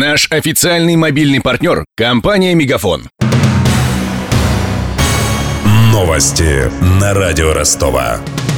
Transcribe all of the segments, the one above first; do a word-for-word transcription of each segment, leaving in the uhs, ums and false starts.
Наш официальный мобильный партнер – компания «Мегафон». Новости на радио Ростова.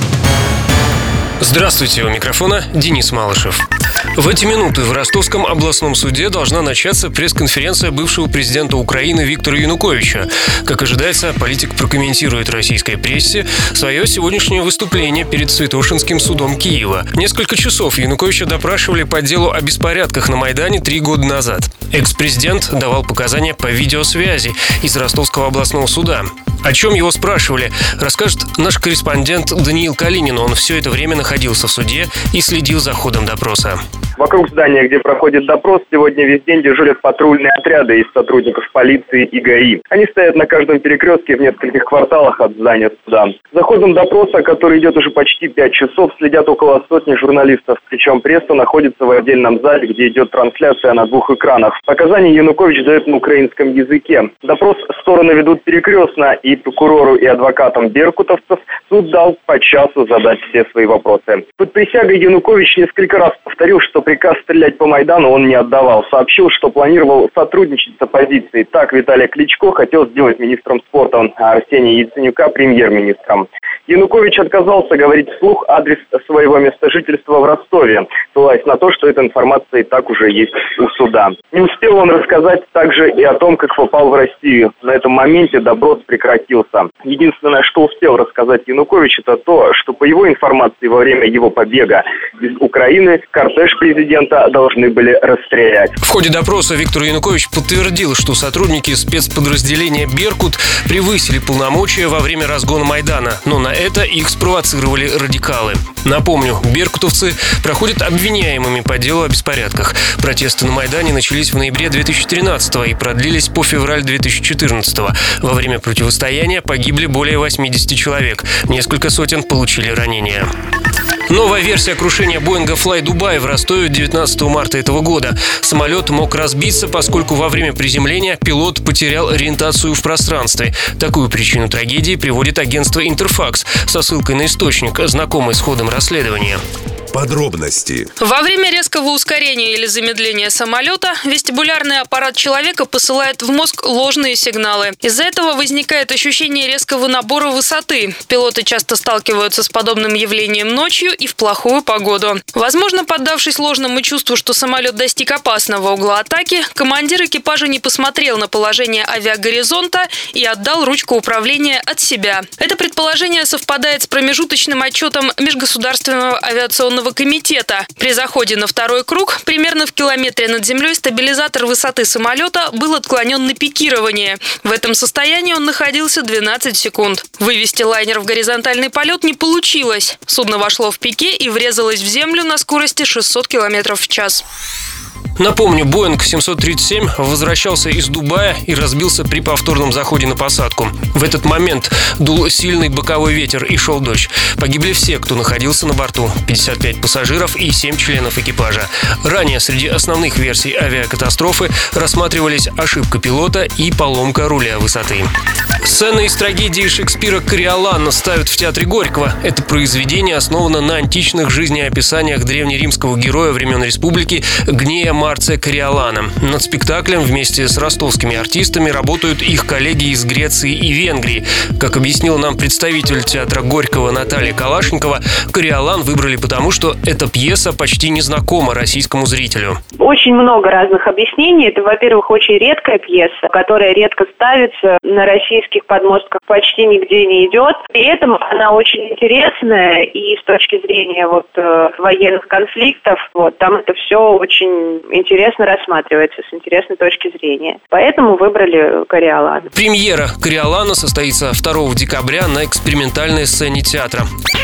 Здравствуйте, у микрофона Денис Малышев. В эти минуты в Ростовском областном суде должна начаться пресс-конференция бывшего президента Украины Виктора Януковича. Как ожидается, политик прокомментирует российской прессе свое сегодняшнее выступление перед Святошинским судом Киева. Несколько часов Януковича допрашивали по делу о беспорядках на Майдане три года назад. Экс-президент давал показания по видеосвязи из Ростовского областного суда. О чем его спрашивали, расскажет наш корреспондент Даниил Калинин. Он все это время находился в суде и следил за ходом допроса. Вокруг здания, где проходит допрос, сегодня весь день дежурят патрульные отряды из сотрудников полиции и ГАИ. Они стоят на каждом перекрестке в нескольких кварталах от здания суда. За ходом допроса, который идет уже почти пять часов, следят около сотни журналистов. Причем пресса находится в отдельном зале, где идет трансляция на двух экранах. Показания Янукович дает на украинском языке. Допрос стороны ведут перекрестно, и прокурору и адвокатам беркутовцев суд дал по часу задать все свои вопросы. Под присягой Янукович несколько раз повторил, что приказ стрелять по Майдану он не отдавал. Сообщил, что планировал сотрудничать с оппозицией. Так Виталий Кличко хотел сделать министром спорта, а Арсения Яценюка премьер-министром. Янукович отказался говорить вслух адрес своего места жительства в Ростове, ссылаясь на то, что эта информация и так уже есть у суда. Не успел он рассказать также и о том, как попал в Россию. На этом моменте допрос прекратился. Единственное, что успел рассказать Янукович, это то, что по его информации во время его побега из Украины кортеж президента должны были расстрелять. В ходе допроса Виктор Янукович подтвердил, что сотрудники спецподразделения «Беркут» превысили полномочия во время разгона Майдана, но на это их спровоцировали радикалы. Напомню, беркутовцы проходят обвиняемыми по делу о беспорядках. Протесты на Майдане начались в ноябре две тысячи тринадцатого и продлились по февраль две тысячи четырнадцатого. Во время противостояния погибли более восьмидесяти человек. Несколько сотен получили ранения. Новая версия крушения Боинга Fly Dubai в Ростове девятнадцатого марта этого года. Самолет мог разбиться, поскольку во время приземления пилот потерял ориентацию в пространстве. Такую причину трагедии приводит агентство «Интерфакс» со ссылкой на источник, знакомый с ходом расследования. Подробности. Во время резкого ускорения или замедления самолета вестибулярный аппарат человека посылает в мозг ложные сигналы. Из-за этого возникает ощущение резкого набора высоты. Пилоты часто сталкиваются с подобным явлением ночью и в плохую погоду. Возможно, поддавшись ложному чувству, что самолет достиг опасного угла атаки, командир экипажа не посмотрел на положение авиагоризонта и отдал ручку управления от себя. Это предположение совпадает с промежуточным отчетом Межгосударственного авиационного комитета. При заходе на второй круг, примерно в километре над землей, стабилизатор высоты самолета был отклонен на пикирование. В этом состоянии он находился двенадцать секунд. Вывести лайнер в горизонтальный полет не получилось. Судно вошло в пике и врезалось в землю на скорости шестьсот километров в час. Напомню, Боинг семьсот тридцать семь возвращался из Дубая и разбился при повторном заходе на посадку. В этот момент дул сильный боковой ветер и шел дождь. Погибли все, кто находился на борту – пятьдесят пять пассажиров и семь членов экипажа. Ранее среди основных версий авиакатастрофы рассматривались ошибка пилота и поломка руля высоты. Сцены из трагедии Шекспира «Кориолан» ставят в театре Горького. Это произведение основано на античных жизнеописаниях древнеримского героя времен республики Гнея Марция Кориолана. Над спектаклем вместе с ростовскими артистами работают их коллеги из Греции и Венгрии. Как объяснила нам представитель театра Горького Наталья Калашникова, «Кориолан» выбрали потому, что эта пьеса почти незнакома российскому зрителю. Очень много разных объяснений. Это, во-первых, очень редкая пьеса, которая редко ставится на российских подмостках, почти нигде не идет. При этом она очень интересная, и с точки зрения вот э, военных конфликтов, вот там это все очень интересно рассматривается с интересной точки зрения. Поэтому выбрали «Кориолан». Премьера «Кориолана» состоится второго декабря на экспериментальной сцене театра.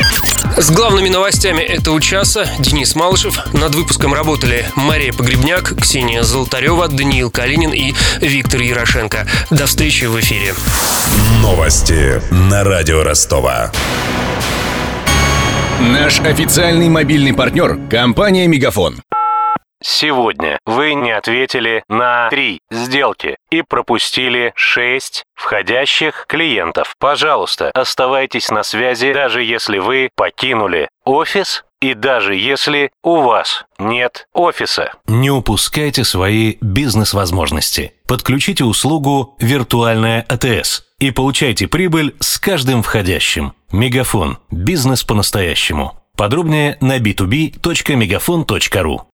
С главными новостями этого часа Денис Малышев. Над выпуском работали Мария Погребняк, Ксения Золотарева, Даниил Калинин и Виктор Ярошенко. До встречи в эфире. Новости на радио Ростова. Наш официальный мобильный партнер – компания «Мегафон». Сегодня вы не ответили на три сделки и пропустили шесть входящих клиентов. Пожалуйста, оставайтесь на связи, даже если вы покинули офис и даже если у вас нет офиса. Не упускайте свои бизнес-возможности. Подключите услугу «Виртуальная АТС» и получайте прибыль с каждым входящим. Мегафон. Бизнес по-настоящему. Подробнее на би ту би точка мегафон точка ру.